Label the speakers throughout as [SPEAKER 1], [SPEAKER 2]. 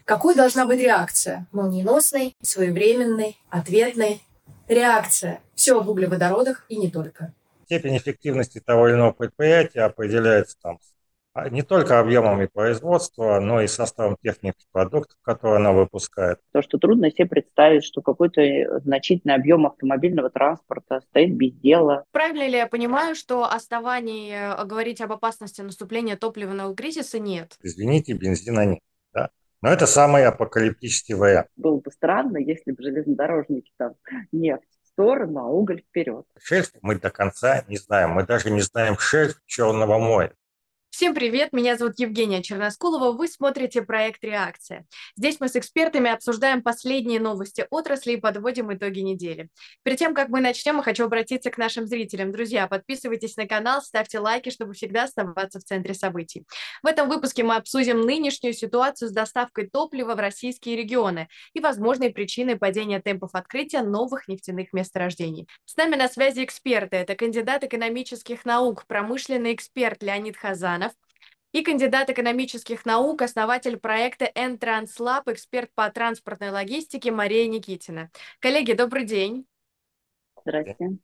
[SPEAKER 1] Какой должна быть реакция? Молниеносной, своевременной, ответной. Реакция. Все об углеводородах и не только.
[SPEAKER 2] Степень эффективности того или иного предприятия определяется не только объемами производства, но и составом тех нефтепродуктов, которые оно выпускает.
[SPEAKER 3] То, что трудно себе представить, что какой-то значительный объем автомобильного транспорта стоит без дела.
[SPEAKER 4] Правильно ли я понимаю, что оснований говорить об опасности наступления топливного кризиса нет?
[SPEAKER 2] Извините, бензина нет. Да? Но это самый апокалиптический вариант.
[SPEAKER 3] Было бы странно, если бы железнодорожники там нефть в сторону, а уголь вперед.
[SPEAKER 2] Шельф мы до конца не знаем. Мы даже не знаем шельф Черного моря.
[SPEAKER 4] Всем привет, меня зовут Евгения Черноскулова, вы смотрите проект «Реакция». Здесь мы с экспертами обсуждаем последние новости отрасли и подводим итоги недели. Перед тем, как мы начнем, я хочу обратиться к нашим зрителям. Друзья, подписывайтесь на канал, ставьте лайки, чтобы всегда оставаться в центре событий. В этом выпуске мы обсудим нынешнюю ситуацию с доставкой топлива в российские регионы и возможные причины падения темпов открытия новых нефтяных месторождений. С нами на связи эксперты. Это кандидат экономических наук, промышленный эксперт Леонид Хазанов, и кандидат экономических наук, основатель проекта N-Translab, эксперт по транспортной логистике Мария Никитина. Коллеги, добрый день.
[SPEAKER 3] Здравствуйте.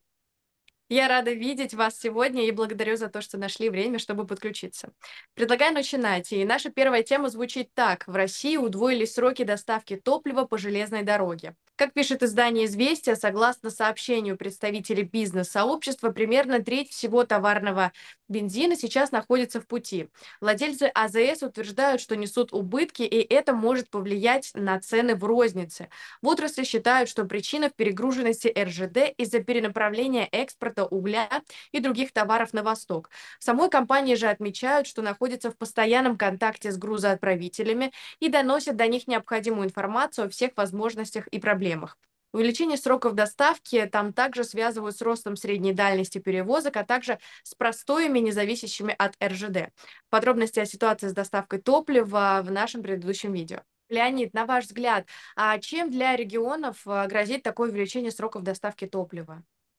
[SPEAKER 4] Я рада видеть вас сегодня и благодарю за то, что нашли время, чтобы подключиться. Предлагаю начинать. И наша первая тема звучит так. В России удвоились сроки доставки топлива по железной дороге. Как пишет издание «Известия», согласно сообщению представителей бизнес-сообщества, примерно треть всего товарного бензина сейчас находится в пути. Владельцы АЗС утверждают, что несут убытки, и это может повлиять на цены в рознице. В отрасли считают, что причина в перегруженности РЖД из-за перенаправления экспорта угля и других товаров на восток. В самой компании же отмечают, что находятся в постоянном контакте с грузоотправителями и доносят до них необходимую информацию о всех возможностях и проблемах. Увеличение сроков доставки там также связывают с ростом средней дальности перевозок, а также с простоями, независящими от РЖД. Подробности о ситуации с доставкой топлива в нашем предыдущем видео. Леонид, на ваш взгляд, чем для регионов грозит такое увеличение сроков доставки топлива?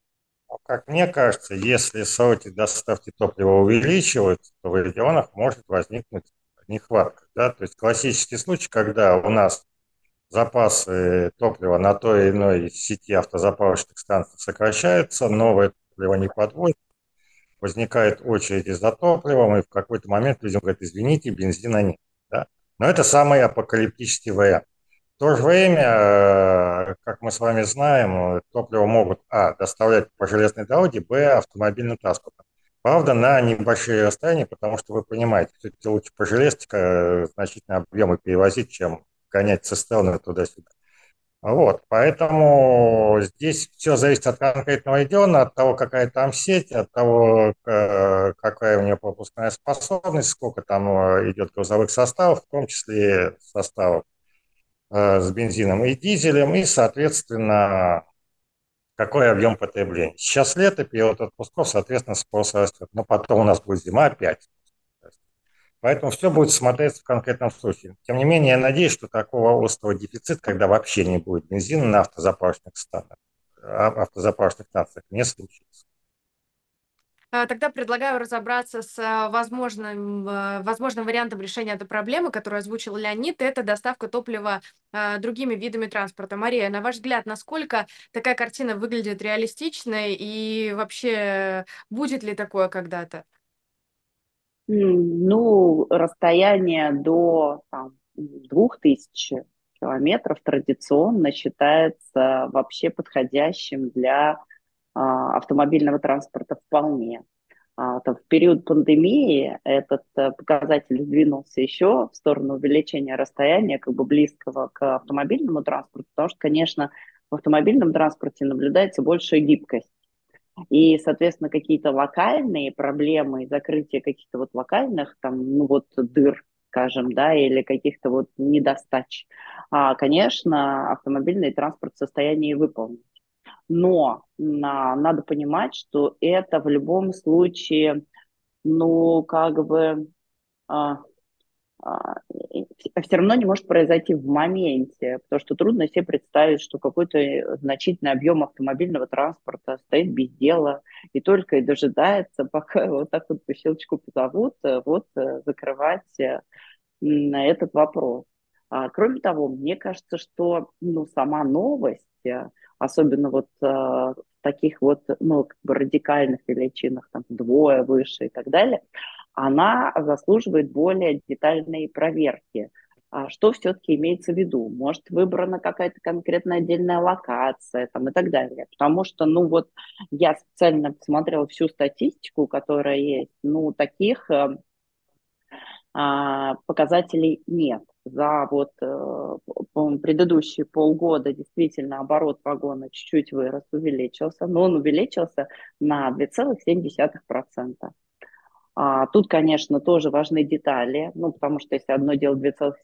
[SPEAKER 2] Как мне кажется, если сроки доставки топлива увеличиваются, то в регионах может возникнуть нехватка. Да? То есть классический случай, когда у нас запасы топлива на той или иной сети автозаправочных станций сокращаются, новое топливо не подвозят, возникает очередь за топливом, и в какой-то момент людям говорят, извините, бензина нет. Да? Но это самый апокалиптический вариант. В то же время, как мы с вами знаем, топливо могут, доставлять по железной дороге, автомобильным транспортом. Правда, на небольшие расстояния, потому что вы понимаете, все-таки лучше по железке значительные объемы перевозить, чем гонять цистерны туда-сюда. Вот, поэтому здесь все зависит от конкретного региона, от того, какая там сеть, от того, какая у нее пропускная способность, сколько там идет грузовых составов, в том числе составов с бензином и дизелем, и, соответственно, какой объем потребления. Сейчас лето, период отпусков, соответственно, спрос растет. Но потом у нас будет зима опять. Поэтому все будет смотреться в конкретном случае. Тем не менее, я надеюсь, что такого острого дефицита, когда вообще не будет бензина на автозаправочных станциях, не случится.
[SPEAKER 4] Тогда предлагаю разобраться с возможным вариантом решения этой проблемы, которую озвучил Леонид, это доставка топлива другими видами транспорта. Мария, на ваш взгляд, насколько такая картина выглядит реалистичной и вообще будет ли такое когда-то?
[SPEAKER 3] Ну, расстояние до 2000 километров традиционно считается вообще подходящим для автомобильного транспорта вполне. В период пандемии этот показатель сдвинулся еще в сторону увеличения расстояния как бы близкого к автомобильному транспорту, потому что, конечно, в автомобильном транспорте наблюдается большая гибкость. И, соответственно, какие-то локальные проблемы, закрытие каких-то вот локальных там, ну вот дыр, скажем, да, или каких-то вот недостач, конечно, автомобильный транспорт в состоянии выполнить. Но надо понимать, что это в любом случае, ну, как бы а, все равно не может произойти в моменте, потому что трудно себе представить, что какой-то значительный объем автомобильного транспорта стоит без дела и только и дожидается, пока вот так вот по щелчку позовут, закрывать на этот вопрос. Кроме того, мне кажется, что ну, сама новость, особенно вот в таких вот ну, как бы радикальных величинах, там, вдвое выше и так далее, она заслуживает более детальной проверки. Что все-таки имеется в виду? Может, выбрана какая-то конкретная отдельная локация там, и так далее. Потому что, ну вот, я специально посмотрела всю статистику, которая есть, ну, таких показателей нет. За вот по-моему, предыдущие полгода действительно оборот вагона чуть-чуть вырос, увеличился, но он увеличился на 2,7%. Тут, конечно, тоже важны детали, ну, потому что если одно дело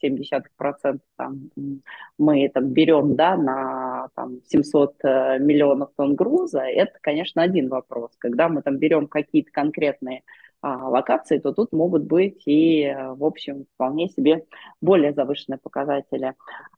[SPEAKER 3] 2,7%, там, мы там, берем да, на там, 700 миллионов тонн груза, это, конечно, один вопрос. Когда мы там берем какие-то конкретные локации, то тут могут быть и, в общем, вполне себе более завышенные показатели.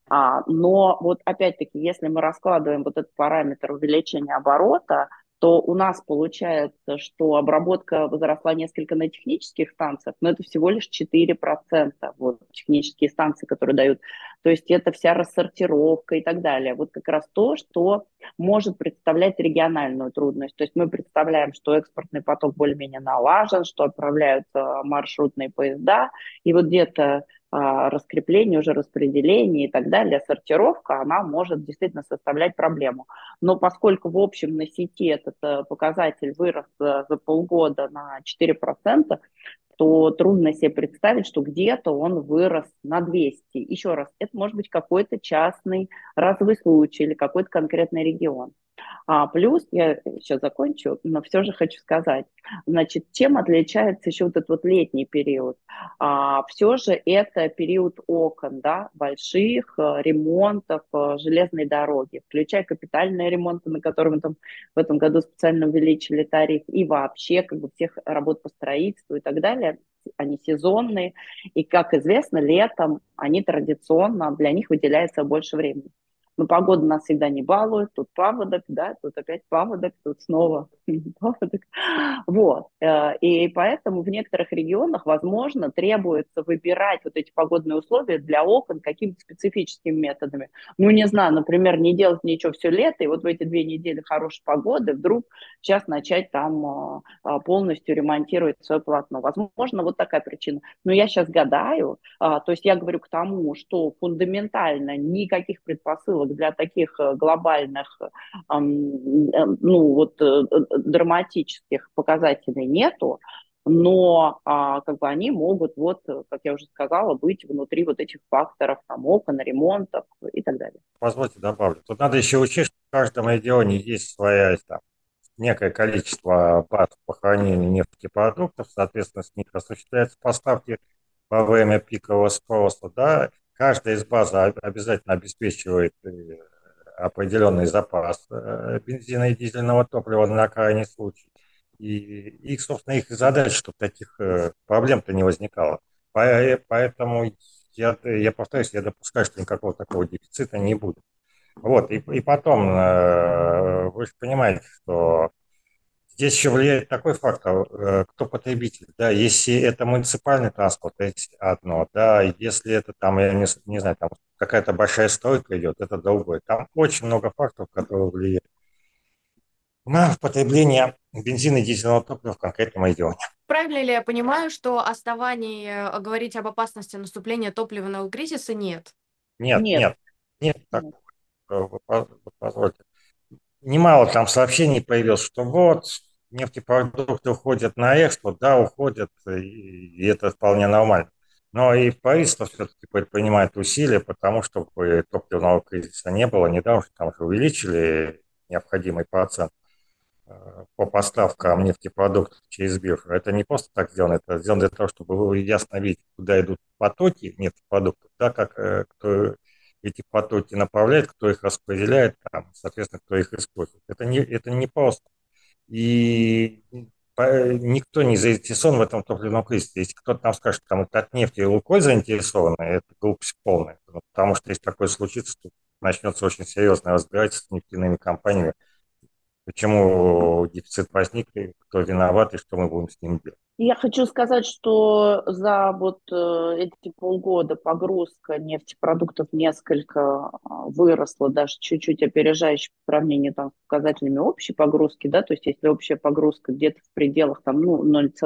[SPEAKER 3] Но вот опять-таки, если мы раскладываем вот этот параметр увеличения оборота, то у нас получается, что обработка возросла несколько на технических станциях, но это всего лишь 4%, вот, технические станции, которые дают. То есть это вся рассортировка и так далее. Вот как раз то, что может представлять региональную трудность. То есть мы представляем, что экспортный поток более-менее налажен, что отправляются маршрутные поезда, и вот где-то раскрепление, уже распределение и так далее, сортировка, она может действительно составлять проблему. Но поскольку в общем на сети этот показатель вырос за полгода на 4%, то трудно себе представить, что где-то он вырос на 200. Еще раз, это может быть какой-то частный разовый случай или какой-то конкретный регион. Плюс, я сейчас закончу, но все же хочу сказать, значит, чем отличается еще вот этот вот летний период? Все же это период окон, да, больших ремонтов железной дороги, включая капитальные ремонты, на которые мы там в этом году специально увеличили тариф, и вообще как бы всех работ по строительству и так далее. Они сезонные, и, как известно, летом они традиционно, для них выделяется больше времени. Но погода нас всегда не балует. Тут паводок, да, тут опять паводок, тут снова паводок. Вот. И поэтому в некоторых регионах, возможно, требуется выбирать вот эти погодные условия для окон какими-то специфическими методами. Ну, не знаю, например, не делать ничего все лето, и вот в эти 2 недели хорошей погоды вдруг сейчас начать там полностью ремонтировать свое полотно. Возможно, вот такая причина. Но я сейчас гадаю, то есть я говорю к тому, что фундаментально никаких предпосылок для таких глобальных, ну вот драматических показателей нету, но как бы они могут, вот, как я уже сказала, быть внутри вот этих факторов, там, окон, ремонтов и так далее.
[SPEAKER 2] Позвольте добавлю. Тут надо еще учесть, что в каждом регионе есть своя там, некое количество баз по хранению нефтепродуктов, соответственно, с них осуществляются поставки во время пикового спроса, да, каждая из баз обязательно обеспечивает определенный запас бензина и дизельного топлива на крайний случай. И их, собственно, их задача, чтобы таких проблем-то не возникало. Поэтому я повторюсь, я допускаю, что никакого такого дефицита не будет. Вот, и потом, вы же понимаете, что здесь еще влияет такой фактор, кто потребитель, да, если это муниципальный транспорт, это одно, да, если это там, я не знаю, там какая-то большая стройка идет, это другое. Там очень много факторов, которые влияют на потребление бензина и дизельного топлива в конкретном регионе.
[SPEAKER 4] Правильно ли я понимаю, что оснований говорить об опасности наступления топливного кризиса нет?
[SPEAKER 2] Нет,
[SPEAKER 3] Нет,
[SPEAKER 2] нет, нет, так,
[SPEAKER 3] нет.
[SPEAKER 2] позвольте. Немало там сообщений появилось, что вот нефтепродукты уходят на экспорт, да, уходят, и это вполне нормально. Но и правительство все-таки предпринимает усилия, потому чтобы топливного кризиса не было. Недавно там же увеличили необходимый процент по поставкам нефтепродуктов через биржу. Это не просто так сделано, это сделано для того, чтобы вы ясно видели, куда идут потоки нефтепродуктов, да, как кто эти потоки направляет, кто их распределяет, там, соответственно, кто их использует. Это не просто. И никто не заинтересован в этом топливном кризисе. Если кто-то там скажет, что там от нефти и Лукойл заинтересованы, это глупость полная. Потому что если такое случится, то начнется очень серьезное разбирательство с нефтяными компаниями почему дефицит возник, и кто виноват, и что мы будем с ним делать.
[SPEAKER 3] Я хочу сказать, что за вот эти полгода погрузка нефтепродуктов несколько выросла, даже чуть-чуть опережающе по сравнению там, с показателями общей погрузки, да, то есть если общая погрузка где-то в пределах там, ну,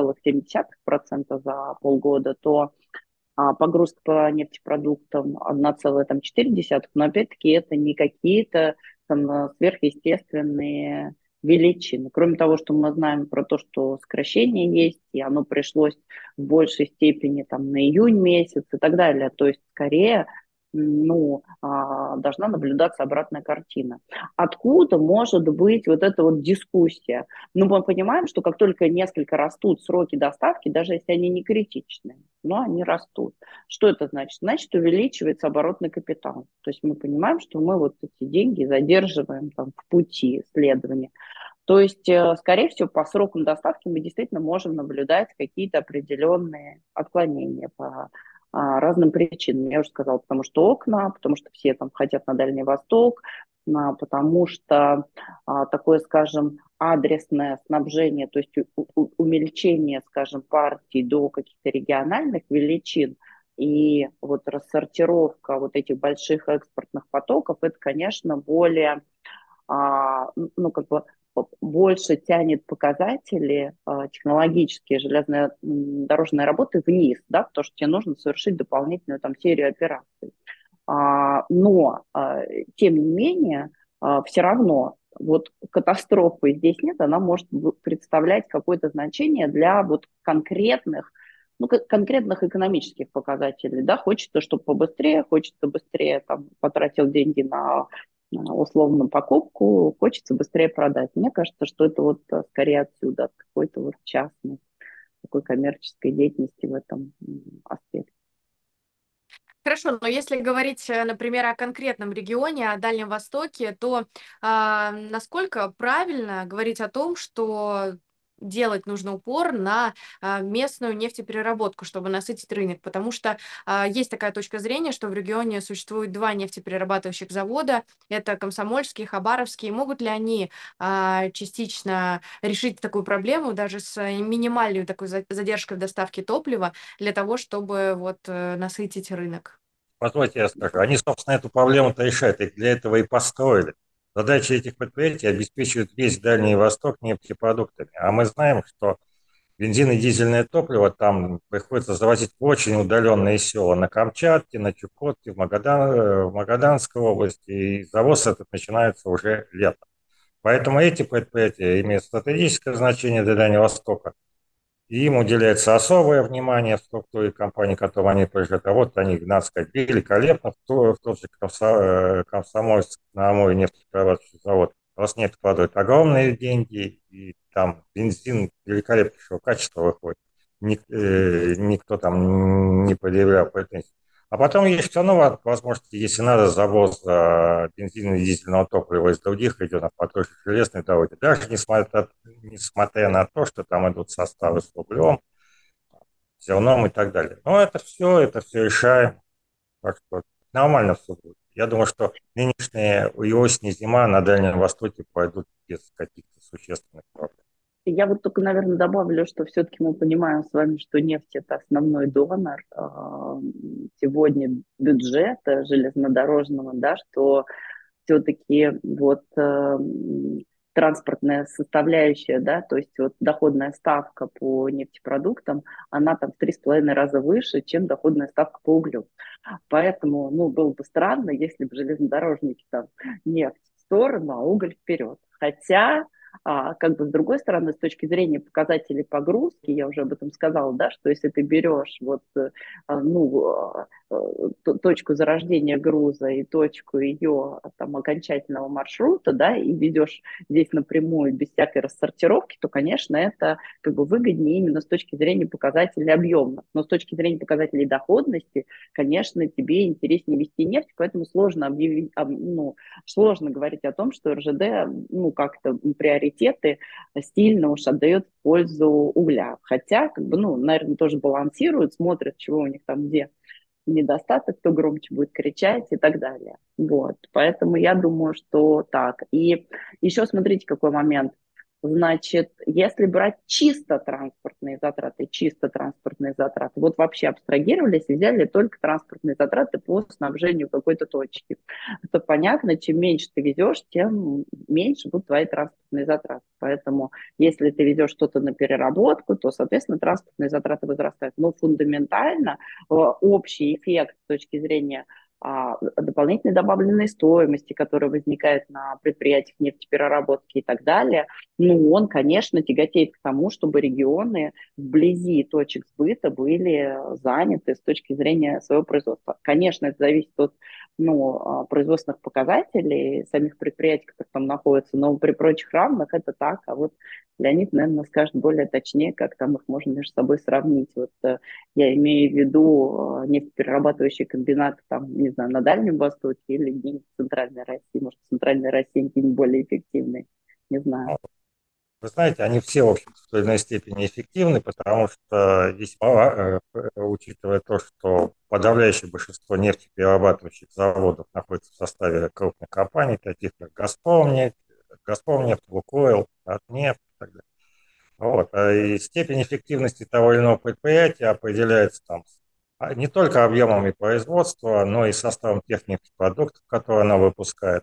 [SPEAKER 3] 0,7% за полгода, то погрузка по нефтепродуктам 1,4, но опять-таки это не какие-то там сверхъестественные величины. Кроме того, что мы знаем про то, что сокращение есть, и оно пришлось в большей степени там на июнь месяц и так далее. То есть скорее ну, должна наблюдаться обратная картина. Откуда может быть вот эта вот дискуссия? Ну, мы понимаем, что как только несколько растут сроки доставки, даже если они не критичные, но они растут. Что это значит? Значит, увеличивается оборотный капитал. То есть мы понимаем, что мы вот эти деньги задерживаем там в пути следования. То есть, скорее всего, по срокам доставки мы действительно можем наблюдать какие-то определенные отклонения по разным причинам. Я уже сказала, потому что окна, потому что все там хотят на Дальний Восток, потому что такое, скажем, адресное снабжение, то есть умельчение, скажем, партий до каких-то региональных величин и вот рассортировка вот этих больших экспортных потоков, это, конечно, более, ну, как бы больше тянет показатели технологические железной дорожной работы вниз, да, потому что тебе нужно совершить дополнительную там серию операций. Но, тем не менее, все равно вот катастрофы здесь нет, она может представлять какое-то значение для вот конкретных, ну, конкретных экономических показателей, да, хочется, чтобы побыстрее, хочется быстрее там потратил деньги на условно покупку, хочется быстрее продать. Мне кажется, что это вот скорее отсюда, от какой-то вот частной такой коммерческой деятельности в этом аспекте.
[SPEAKER 4] Хорошо, но если говорить, например, о конкретном регионе, о Дальнем Востоке, то насколько правильно говорить о том, что делать нужно упор на местную нефтепереработку, чтобы насытить рынок? Потому что есть такая точка зрения, что в регионе существует два нефтеперерабатывающих завода, это Комсомольский и Хабаровский. Могут ли они частично решить такую проблему, даже с минимальной такой задержкой в доставке топлива, для того, чтобы вот насытить рынок?
[SPEAKER 2] Позвольте я скажу. Они, собственно, эту проблему-то решают, их для этого и построили. Задача этих предприятий обеспечивает весь Дальний Восток нефтепродуктами. А мы знаем, что бензин и дизельное топливо там приходится завозить в очень удаленные села на Камчатке, на Чукотке, в Магаданской области. И завоз этот начинается уже летом. Поэтому эти предприятия имеют стратегическое значение для Дальнего Востока. И им уделяется особое внимание в структуре компании, которую они производят. А вот они, надо сказать, великолепно. В тот же Комсомольск на Амуре нефтеперерабатывающий завод Роснефть вкладывает огромные деньги, и там бензин великолепнейшего качества выходит. Никто там не предъявлял претензий. А потом есть все равно возможности, если надо, завоз бензина и дизельного топлива из других регионов по той же железной дороге. Даже несмотря на то, что там идут составы с углем, зерном и так далее. Но это все решаем. Так что нормально все будет. Я думаю, что нынешняя и осень, и зима на Дальнем Востоке пройдут без каких-то существенных проблем.
[SPEAKER 3] Я вот только, наверное, добавлю, что все-таки мы понимаем с вами, что нефть – это основной донор сегодня бюджета железнодорожного, да, что все-таки вот транспортная составляющая, да, то есть вот доходная ставка по нефтепродуктам, она там в 3,5 раза выше, чем доходная ставка по углю. Поэтому, ну, было бы странно, если бы железнодорожники там нефть в сторону, а уголь вперед. Хотя как бы с другой стороны, с точки зрения показателей погрузки, я уже об этом сказала, да, что если ты берешь вот, ну, точку зарождения груза и точку ее там окончательного маршрута, да, и ведешь здесь напрямую без всякой рассортировки, то, конечно, это как бы выгоднее именно с точки зрения показателей объемных. Но с точки зрения показателей доходности, конечно, тебе интереснее вести нефть, поэтому сложно объявить, ну, сложно говорить о том, что РЖД, ну, как-то приоритеты сильно уж отдает в пользу угля. Хотя, как бы, ну, наверное, тоже балансируют, смотрят, чего у них там где недостаток, кто громче будет кричать и так далее. Вот. Поэтому я думаю, что так. И еще смотрите, какой момент. Значит, если брать чисто транспортные затраты, вот вообще абстрагировались и взяли только транспортные затраты по снабжению какой-то точки, то понятно, чем меньше ты везешь, тем меньше будут твои транспортные затраты. Поэтому если ты везешь что-то на переработку, то, соответственно, транспортные затраты возрастают. Но фундаментально общий эффект с точки зрения дополнительной добавленной стоимости, которая возникает на предприятиях нефтепереработки и так далее, ну, он, конечно, тяготеет к тому, чтобы регионы вблизи точек сбыта были заняты с точки зрения своего производства. Конечно, это зависит от производственных показателей самих предприятий, которые там находятся, но при прочих равных это так. А вот Леонид, наверное, скажет более точнее, как там их можно между собой сравнить. Вот я имею в виду нефтеперерабатывающие комбинаты, там, не знаю, на Дальнем Востоке или где-нибудь в Центральной России. Может, в Центральной России какие-нибудь более эффективные, не знаю.
[SPEAKER 2] Вы знаете, они все, в общем, в той или иной степени эффективны, потому что, учитывая то, что подавляющее большинство нефтеперерабатывающих заводов находится в составе крупных компаний, таких как Газпромнефть, Лукойл, Татнефть и так далее. Вот. И степень эффективности того или иного предприятия определяется там не только объемами производства, но и составом тех нефтепродуктов, которые оно выпускает,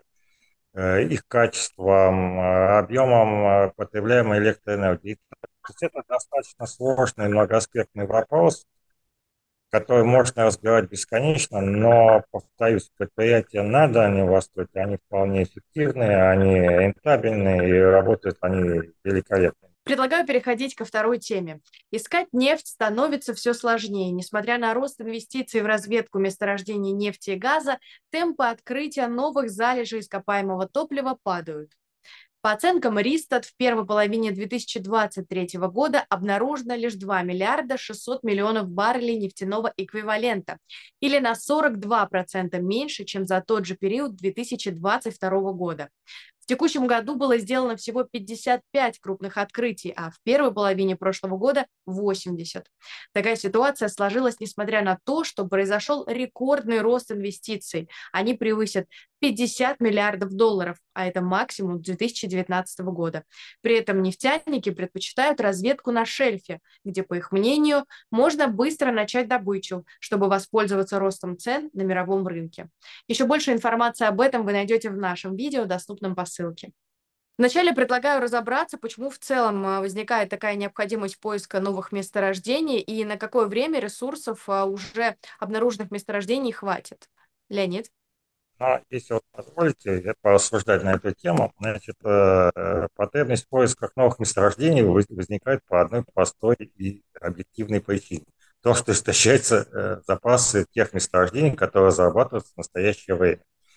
[SPEAKER 2] их качеством, объемом потребляемой электроэнергии. То есть это достаточно сложный, многоаспектный вопрос, который можно разбирать бесконечно, но, повторюсь, предприятия на Дальнем Востоке, они вполне эффективные, они рентабельные и работают они великолепно.
[SPEAKER 4] Предлагаю переходить ко второй теме. Искать нефть становится все сложнее. Несмотря на рост инвестиций в разведку месторождений нефти и газа, темпы открытия новых залежей ископаемого топлива падают. По оценкам Ристат, в первой половине 2023 года обнаружено лишь 2 миллиарда 600 миллионов баррелей нефтяного эквивалента, или на 42% меньше, чем за тот же период 2022 года. В текущем году было сделано всего 55 крупных открытий, а в первой половине прошлого года 80. Такая ситуация сложилась несмотря на то, что произошел рекордный рост инвестиций. Они превысят 50 миллиардов долларов, а это максимум 2019 года. При этом нефтяники предпочитают разведку на шельфе, где, по их мнению, можно быстро начать добычу, чтобы воспользоваться ростом цен на мировом рынке. Еще больше информации об этом вы найдете в нашем видео, доступном по ссылке. Вначале предлагаю разобраться, почему в целом возникает такая необходимость поиска новых месторождений и на какое время ресурсов уже обнаруженных месторождений хватит. Леонид?
[SPEAKER 2] Если вот позволите порассуждать на эту тему, значит, потребность в поисках новых месторождений возникает по одной простой и объективной причине. То, что истощаются запасы тех месторождений, которые зарабатываются в настоящее время.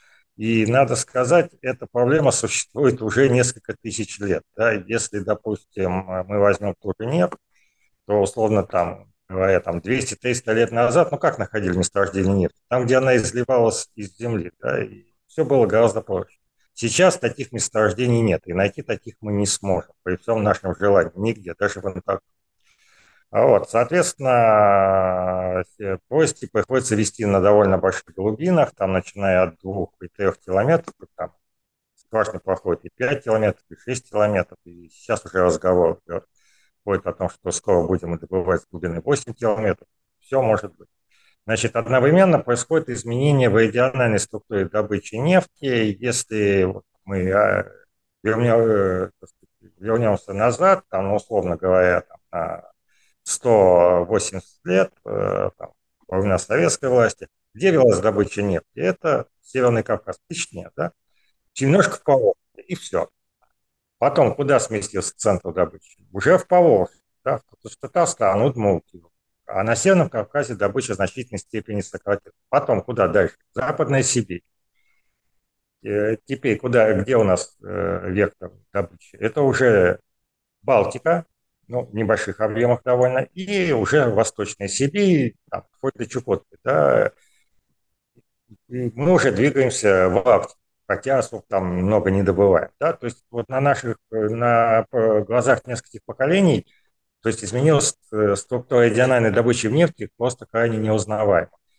[SPEAKER 2] И надо сказать, эта проблема существует уже несколько тысяч лет. Да? Если, допустим, мы возьмем ту же нефть, то условно там, говоря, там 200-300 лет назад, ну как находили месторождение нефти? Там, где она изливалась из земли, да, и все было гораздо проще. Сейчас таких месторождений нет, и найти таких мы не сможем, при всем нашем желании, нигде, даже в Антарктиде. Вот, соответственно, поиски приходится вести на довольно больших глубинах, там, начиная от 2 и 3 километров, там скважины проходит и 5 километров, и 6 километров, и сейчас уже разговор ходит о том, что скоро будем добывать с глубины 8 километров, все может быть. Значит, одновременно происходит изменение в региональной структуре добычи нефти, если мы вернемся назад, там, условно говоря, там, на 180 лет там, во времена советской власти, где велась добыча нефти? Это Северный Кавказ, Чечня, да? Немножко в Поволжье, и все. Потом куда сместился центр добычи? Уже в Поволжье, да? В Татарстан, Удмуртию. А на Северном Кавказе добыча в значительной степени сократилась. Потом куда дальше? Западная Сибирь. Теперь где у нас вектор добычи? Это уже Балтика, ну, в небольших объемах довольно, и уже Восточная Сибирь, там, вплоть до Чукотки, да, и мы уже двигаемся в Арктику, хотя особо там много не добываем, да, то есть вот на глазах нескольких поколений, то есть изменилась структура региональной добычи в нефти просто крайне неузнаваема.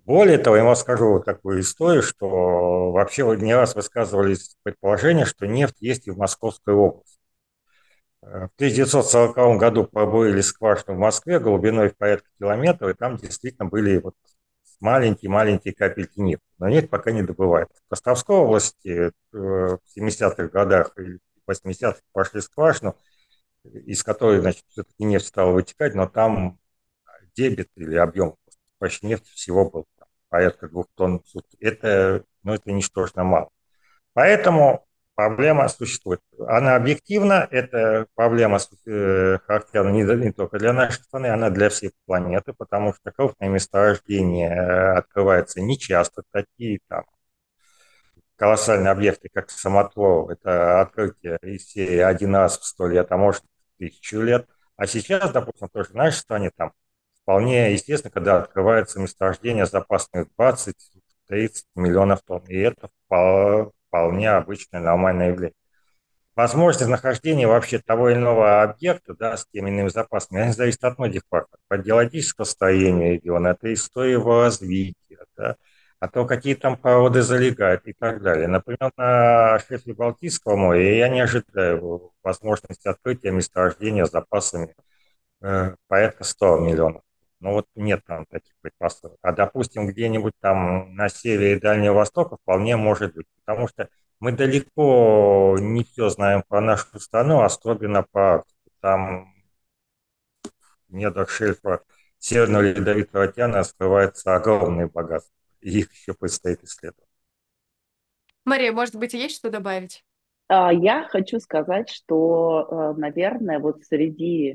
[SPEAKER 2] Более того, я вам скажу вот такую историю, что вообще вот не раз высказывались предположения, что нефть есть и в Московской области. В 1940 году пробурили скважину в Москве глубиной в порядка километра, и там действительно были вот маленькие-маленькие капельки нефти. Но нефть пока не добывается. В Ростовской области в 70-х годах и 80-х пошли скважину, из которой, значит, все-таки нефть стала вытекать, но там дебит или объем почти нефти всего был там, порядка 2 тонн в сутки. Это, ну, это ничтожно мало. Поэтому проблема существует. Она объективна, эта проблема характерна не только для нашей страны, она для всей планеты, потому что крупные месторождения открываются нечасто, такие там колоссальные объекты, как Самотлов, это открытие из серии один раз в 100 лет, а может 1000 лет. А сейчас, допустим, тоже в нашей стране там вполне естественно, когда открывается месторождение с запасами 20-30 миллионов тонн. И это вполне обычное нормальное явление. Возможность нахождения вообще того или иного объекта, да, с теми или иными запасами, она зависит от многих факторов. От геологического строения региона, от истории его развития, да, от того, какие там породы залегают и так далее. Например, на шельфе Балтийского моря я не ожидаю возможности открытия месторождения с запасами порядка 100 миллионов. Ну вот нет там таких предпосылок. А допустим, где-нибудь там на севере Дальнего Востока вполне может быть. Потому что мы далеко не все знаем про нашу страну, особенно по Арктике. Там в недрах шельфа Северного Ледовитого океана скрываются огромные богатства. И их еще предстоит исследовать.
[SPEAKER 4] Мария, может быть, есть что добавить?
[SPEAKER 3] Я хочу сказать, что, наверное, вот среди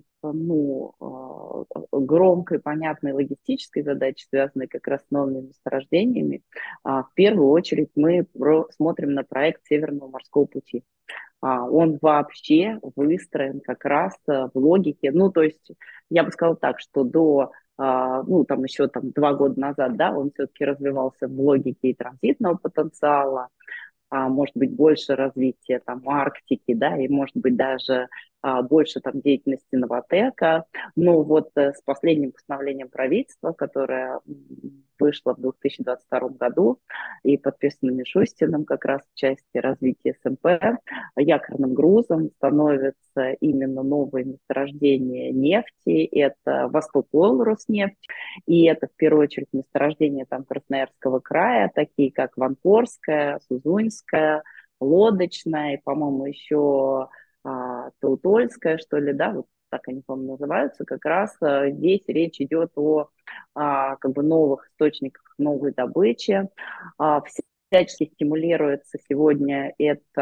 [SPEAKER 3] громкой, понятной логистической задачи, связанной как раз с новыми месторождениями, в первую очередь мы смотрим на проект Северного морского пути. Он вообще выстроен как раз в логике, ну, то есть я бы сказала так, что там еще 2 года назад, да, он все-таки развивался в логике и транзитного потенциала, может быть, больше развития там Арктики, да, и может быть даже больше там деятельности Новотека. Но вот с последним постановлением правительства, которое вышло в 2022 году и подписано Мишустиным как раз в части развития СМП, якорным грузом становятся именно новые месторождения нефти. Это Восток-Ойл Роснефть, и это в первую очередь месторождения там Красноярского края, такие как Ванпорская, Сузуньская, Лодочная, и, по-моему, еще Таутольская, что ли, да, вот так они, по-моему, называются. Как раз здесь речь идет о как бы новых источниках новой добычи. Всячески стимулируется сегодня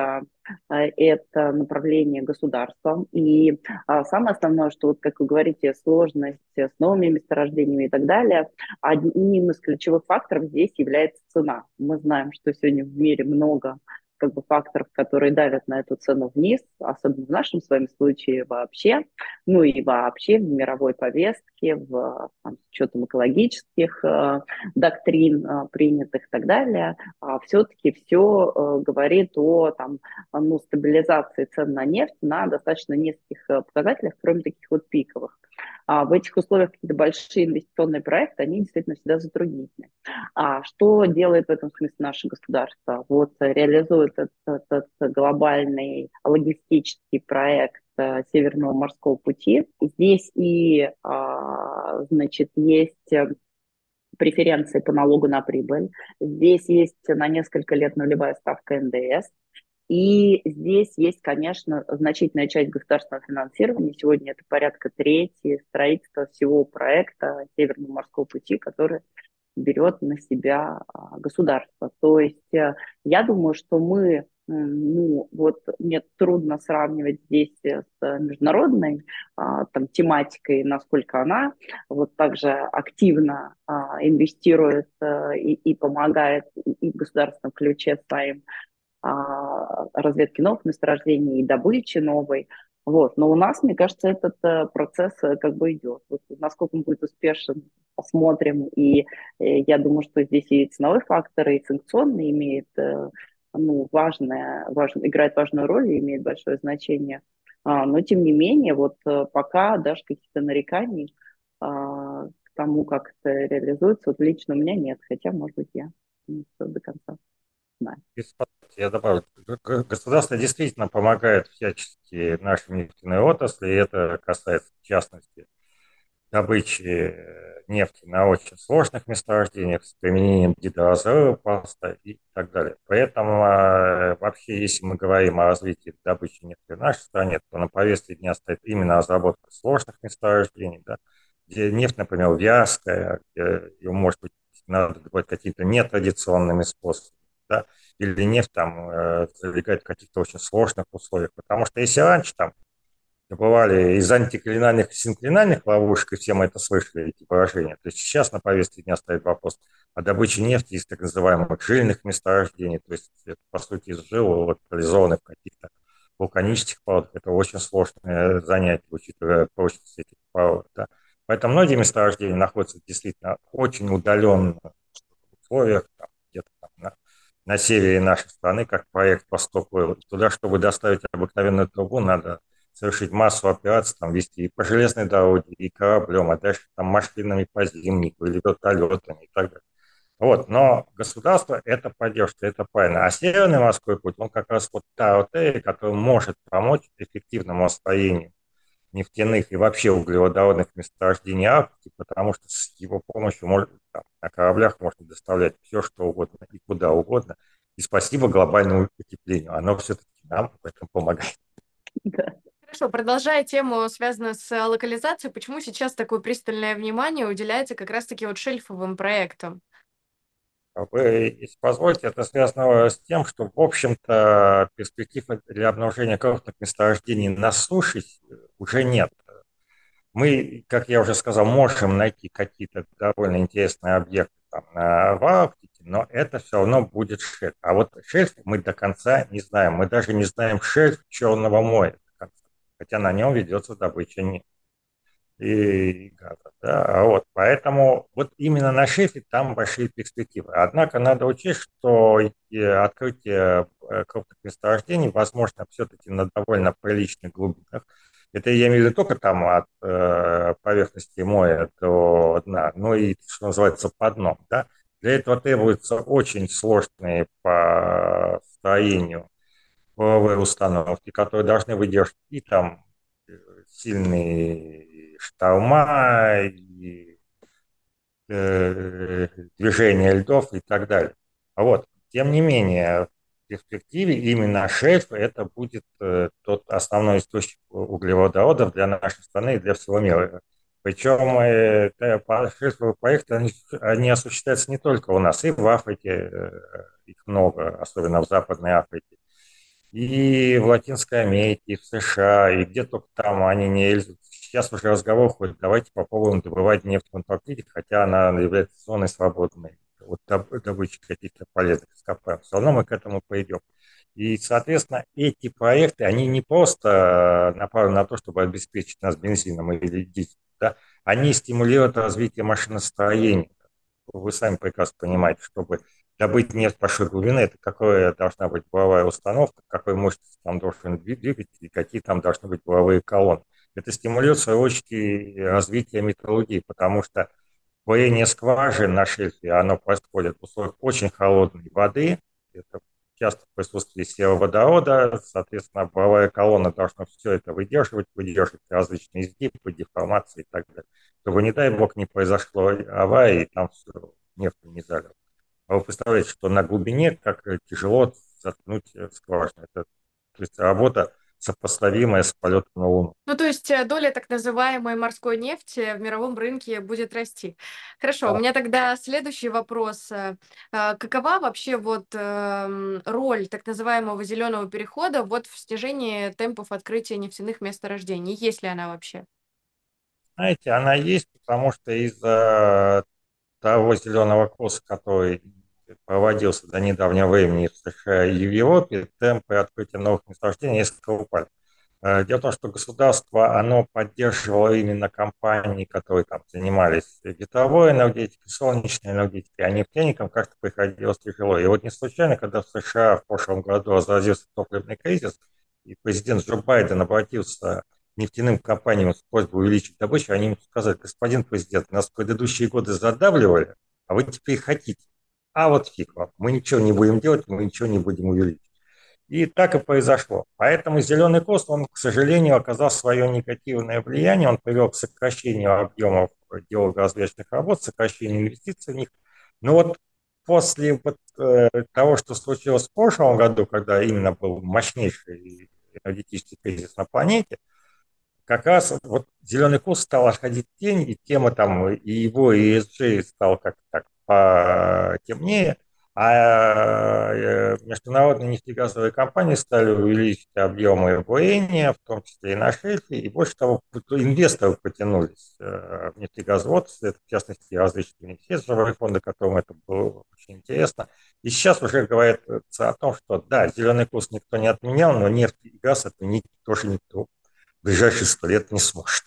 [SPEAKER 3] это направление государством. И самое основное, что, вот, как вы говорите, сложность с новыми месторождениями и так далее, одним из ключевых факторов здесь является цена. Мы знаем, что сегодня в мире много как бы факторов, которые давят на эту цену вниз, особенно в нашем с вами случае вообще, ну и вообще в мировой повестке, с учетом экологических доктрин принятых и так далее, все-таки все говорит о стабилизации цен на нефть на достаточно низких показателях, кроме таких вот пиковых. В этих условиях какие-то большие инвестиционные проекты, они действительно всегда затруднительны. Что делает в этом смысле наше государство? Вот реализует этот глобальный логистический проект Северного морского пути. Здесь значит, есть преференции по налогу на прибыль. Здесь есть на несколько лет нулевая ставка НДС. И здесь есть, конечно, значительная часть государственного финансирования. Сегодня это порядка трети строительства всего проекта Северного морского пути, который берет на себя государство. То есть я думаю, что мне трудно сравнивать здесь с международной тематикой, насколько она вот также активно инвестирует и помогает и в государственном ключе своим разведки новых месторождений и добычи новой. Вот. Но у нас, мне кажется, этот процесс как бы идет. Вот насколько он будет успешен, посмотрим. И я думаю, что здесь и ценовой фактор, и санкционный имеет играет важную роль и имеет большое значение. Но, тем не менее, вот пока даже каких-то нареканий тому, как это реализуется, вот лично у меня нет, хотя, может быть, я не все до конца знаю.
[SPEAKER 2] Я добавлю, государство действительно помогает всячески нашей нефтяной отрасли, и это касается, в частности, добычи нефти на очень сложных месторождениях с применением гидроразрыва паста и так далее. Поэтому вообще, если мы говорим о развитии добычи нефти в нашей стране, то на повестке дня стоит именно разработка сложных месторождений, да, где нефть, например, вязкая, где ее, может быть, надо добывать какими-то нетрадиционными способами, да, или нефть там залегает в каких-то очень сложных условиях. Потому что если раньше там добывали из антиклинальных и синклинальных ловушек, и все мы это слышали, эти выражения. То есть сейчас на повестке дня стоит вопрос о добыче нефти из так называемых жильных месторождений, то есть это, по сути, из жил, локализованных в каких-то вулканических породах. Это очень сложное занятие, учитывая прочность этих пород. Да. Поэтому многие месторождения находятся действительно очень удаленно в условиях, там, где-то там, на севере нашей страны, как проект «Восток Oil». Туда, чтобы доставить обыкновенную трубу, надо совершить массу операций, там, вести и по железной дороге, и кораблем, а дальше там машинами по зимнику или вертолетами и так далее. Вот, но государство – это поддержка, это правильно. А Северный морской путь, он как раз вот та артерия, которая может помочь эффективному освоению нефтяных и вообще углеводородных месторождений Арктики, потому что с его помощью там, на кораблях можно доставлять все, что угодно и куда угодно. И спасибо глобальному потеплению. Оно все-таки нам в этом помогает.
[SPEAKER 3] Да.
[SPEAKER 4] Хорошо, продолжая тему, связанную с локализацией, почему сейчас такое пристальное внимание уделяется как раз-таки вот шельфовым проектам?
[SPEAKER 2] Вы, если позволите, это связано с тем, что, в общем-то, перспектив для обнаружения крупных месторождений на суше уже нет. Мы, как я уже сказал, можем найти какие-то довольно интересные объекты там, в Арктике, но это все равно будет шельф. А вот шельф мы до конца не знаем. Мы даже не знаем шельф Черного моря до конца, хотя на нем ведется добыча нефти и газа. Да? А вот, поэтому вот именно на шельфе там большие перспективы. Однако надо учесть, что открытие крупных месторождений возможно все-таки на довольно приличных глубинах. Это я имею в виду только там от поверхности моря до дна, но и, что называется, под дном. Да? Для этого требуются очень сложные по строению буровые установки, которые должны выдержать и там сильные шторма, и движение льдов и так далее. А вот, тем не менее, в перспективе именно шельф это будет тот основной источник углеводородов для нашей страны и для всего мира. Причем шельфовые проекты, они осуществляются не только у нас, и в Африке их много, особенно в Западной Африке, и в Латинской Америке, и в США, и где только там они не ездят. Сейчас уже разговор ходит, давайте попробуем добывать нефть в Антарктиде, хотя она является зоной свободной от добычи каких-то полезных ископаемых. Все равно мы к этому пойдем. И, соответственно, эти проекты, они не просто направлены на то, чтобы обеспечить нас бензином или дизелем, да? Они стимулируют развитие машиностроения. Вы сами прекрасно понимаете, чтобы добыть нефть большой глубины, это какая должна быть буровая установка, какой мощности там должен двигатель, и какие там должны быть буровые колонны. Это стимулирует, в свою очередь, развитие металлургии, потому что бурение скважин на шельфе, оно происходит в условиях очень холодной воды, это часто в присутствии сероводорода, соответственно, буровая колонна должна все это выдерживать различные изгибы, деформации и так далее, чтобы, не дай бог, не произошло аварии, и там все нефть не залило. А вы представляете, что на глубине как тяжело заткнуть скважину. Это, то есть работа сопоставимая с полетом на Луну.
[SPEAKER 4] Ну, то есть доля так называемой морской нефти в мировом рынке будет расти. Хорошо, у меня тогда следующий вопрос. Какова вообще вот роль так называемого зеленого перехода вот в снижении темпов открытия нефтяных месторождений? Есть ли она вообще?
[SPEAKER 2] Знаете, она есть, потому что из-за того зеленого курса, который проводился до недавнего времени в США и в Европе, темпы открытия новых месторождений несколько упали. Дело в том, что государство, оно поддерживало именно компании, которые там занимались ветровой энергетикой, солнечной энергетикой, а нефтяникам как-то приходилось тяжело. И вот не случайно, когда в США в прошлом году разразился топливный кризис, и президент Джо Байден обратился нефтяным компаниям с просьбой увеличить добычу, они им сказали: господин президент, нас в предыдущие годы задавливали, а вы теперь хотите. А вот фиг вам, мы ничего не будем делать, мы ничего не будем увеличивать. И так и произошло. Поэтому зеленый курс, он, к сожалению, оказал свое негативное влияние. Он привел к сокращению объемов геологоразведочных работ, сокращению инвестиций в них. Но вот после того, что случилось в прошлом году, когда именно был мощнейший энергетический кризис на планете, как раз вот зеленый курс стал отходить в тень, и тема там, и его ESG стал как-то так потемнее, а международные нефтегазовые компании стали увеличить объемы бурения, в том числе и на шельфе, и больше того, инвесторы потянулись в нефтегазовые отрасли, это, в частности, различные хеджевые фонды, которым это было очень интересно. И сейчас уже говорится о том, что да, зеленый курс никто не отменял, но нефть и газ это тоже никто в ближайшие 100 лет не сможет.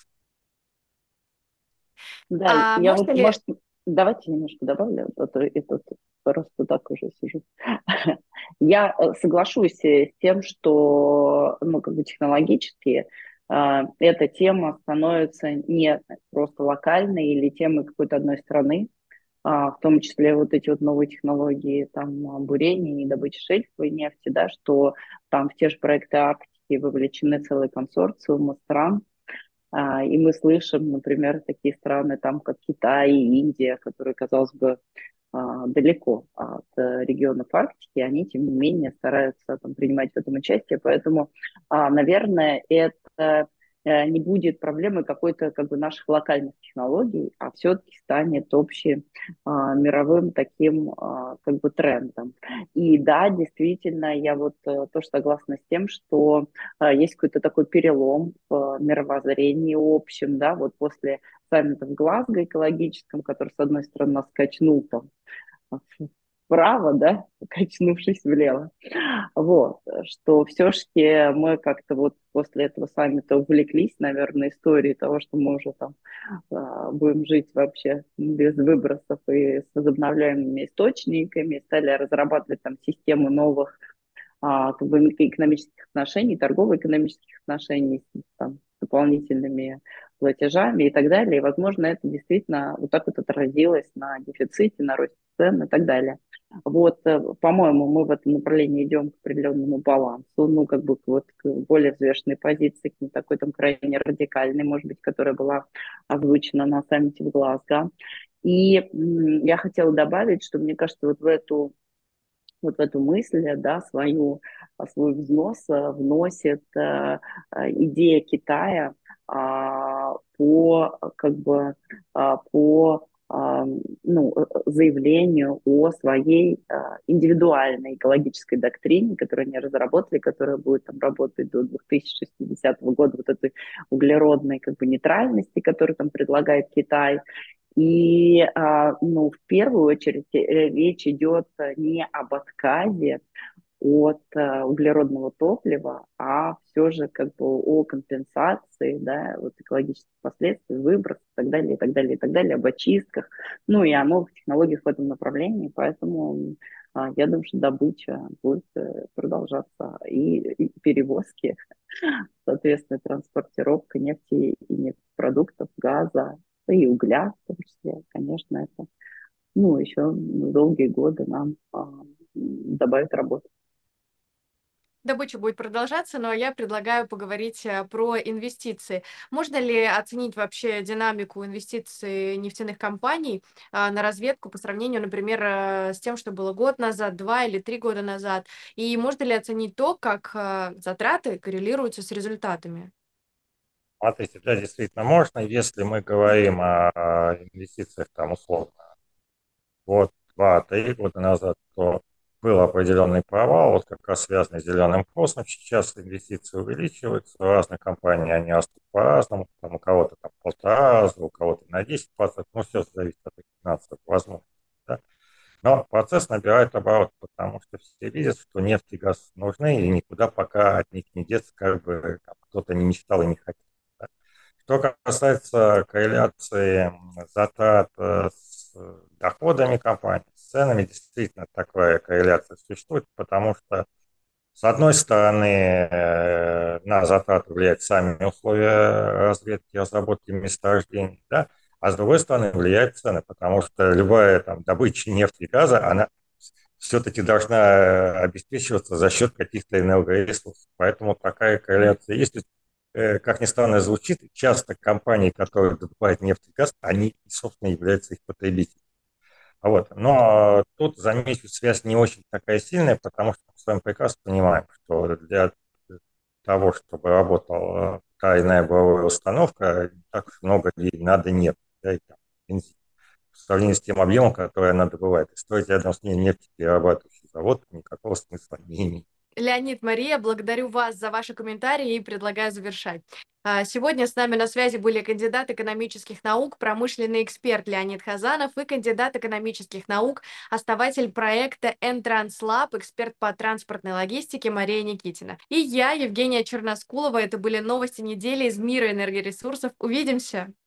[SPEAKER 3] Да,
[SPEAKER 4] А
[SPEAKER 3] я
[SPEAKER 4] можно
[SPEAKER 3] вот,
[SPEAKER 4] ли...
[SPEAKER 3] может, давайте немножко добавлю, а то и тут просто так уже сижу. Я соглашусь с тем, что, ну, как бы технологически эта тема становится не просто локальной или темой какой-то одной страны, в том числе вот эти вот новые технологии там бурения и добычи шельфовой нефти, да, что там в те же проекты Арктики вовлечены целые консорциумы стран, и мы слышим, например, такие страны, там, как Китай и Индия, которые, казалось бы, далеко от регионов Арктики, они, тем не менее, стараются там, принимать в этом участие. Поэтому, наверное, это не будет проблемой какой-то как бы наших локальных технологий, а все-таки станет общим мировым таким как бы трендом. И да, действительно, я вот тоже согласна с тем, что есть какой-то такой перелом в мировоззрении общем, да, вот после саммита в Глазго экологическом, который, с одной стороны, нас качнул там вправо, да, качнувшись влево. Вот, что все-таки мы как-то вот после этого саммита увлеклись, наверное, историей того, что мы уже там будем жить вообще без выбросов и с возобновляемыми источниками, стали разрабатывать там систему новых как бы экономических отношений, торгово-экономических отношений с там, дополнительными платежами и так далее. И, возможно, это действительно вот так вот отразилось на дефиците, на росте цен и так далее. Вот, по-моему, мы в этом направлении идем к определенному балансу, ну, как бы вот к более взвешенной позиции, к не такой там крайне радикальной, может быть, которая была озвучена на саммите в Глазго. И я хотела добавить, что мне кажется, вот в эту мысль, да, свой взнос вносит идея Китая по, как бы, по ну, заявлению о своей индивидуальной экологической доктрине, которую они разработали, которая будет там работать до 2060 года, вот этой углеродной как бы нейтральности, которую там предлагает Китай. И, ну, в первую очередь речь идет не об отказе от углеродного топлива, а все же как бы о компенсации, да, вот экологических последствий, выбросов и так далее, и так далее, и так далее, об очистках, ну и о новых технологиях в этом направлении. Поэтому я думаю, что добыча будет продолжаться и перевозки, соответственно, транспортировка нефти и нефтепродуктов, газа и угля, в том числе, конечно, это, ну, еще долгие годы нам добавит работы.
[SPEAKER 4] Добыча будет продолжаться, но я предлагаю поговорить про инвестиции. Можно ли оценить вообще динамику инвестиций нефтяных компаний на разведку по сравнению, например, с тем, что было год назад, 2 или 3 года назад? И можно ли оценить то, как затраты коррелируются с результатами?
[SPEAKER 2] Смотрите, да, действительно можно, если мы говорим о инвестициях там условно год, 2, 3 года назад, то был определенный провал, вот как раз связанный с зеленым курсом. Сейчас инвестиции увеличиваются, в разных компаний они растут по-разному, там у кого-то там 1,5 раза, у кого-то на 10%, ну все зависит от финансовых возможностей. Да? Но процесс набирает оборот, потому что все видят, что нефть и газ нужны, и никуда пока от них не деться, как бы там кто-то не мечтал и не хотел. Да. Что касается корреляции затрат с доходами компании, с ценами, действительно такая корреляция существует, потому что С одной стороны, на затраты влияют сами условия разведки и разработки месторождений, да, а с другой стороны влияют цены, потому что любая там добыча нефти и газа, она все-таки должна обеспечиваться за счет каких-то энергоресурсов. Поэтому такая корреляция есть. Как ни странно звучит, часто компании, которые добывают нефть и газ, они, собственно, являются их потребителями. Вот. Но тут, замечу, связь не очень такая сильная, потому что мы с вами прекрасно понимаем, что для того, чтобы работала та иная буровая установка, не так уж много ей надо нефти, да, и там, бензин. В сравнении с тем объемом, который она добывает. И строить рядом с ней нефтеперерабатывающий завод никакого смысла не имеет.
[SPEAKER 4] Леонид, Мария, благодарю вас за ваши комментарии и предлагаю завершать. Сегодня с нами на связи были кандидат экономических наук, промышленный эксперт Леонид Хазанов и кандидат экономических наук, основатель проекта N-Translab, эксперт по транспортной логистике Мария Никитина. И я, Евгения Черноскулова. Это были новости недели из мира энергоресурсов. Увидимся!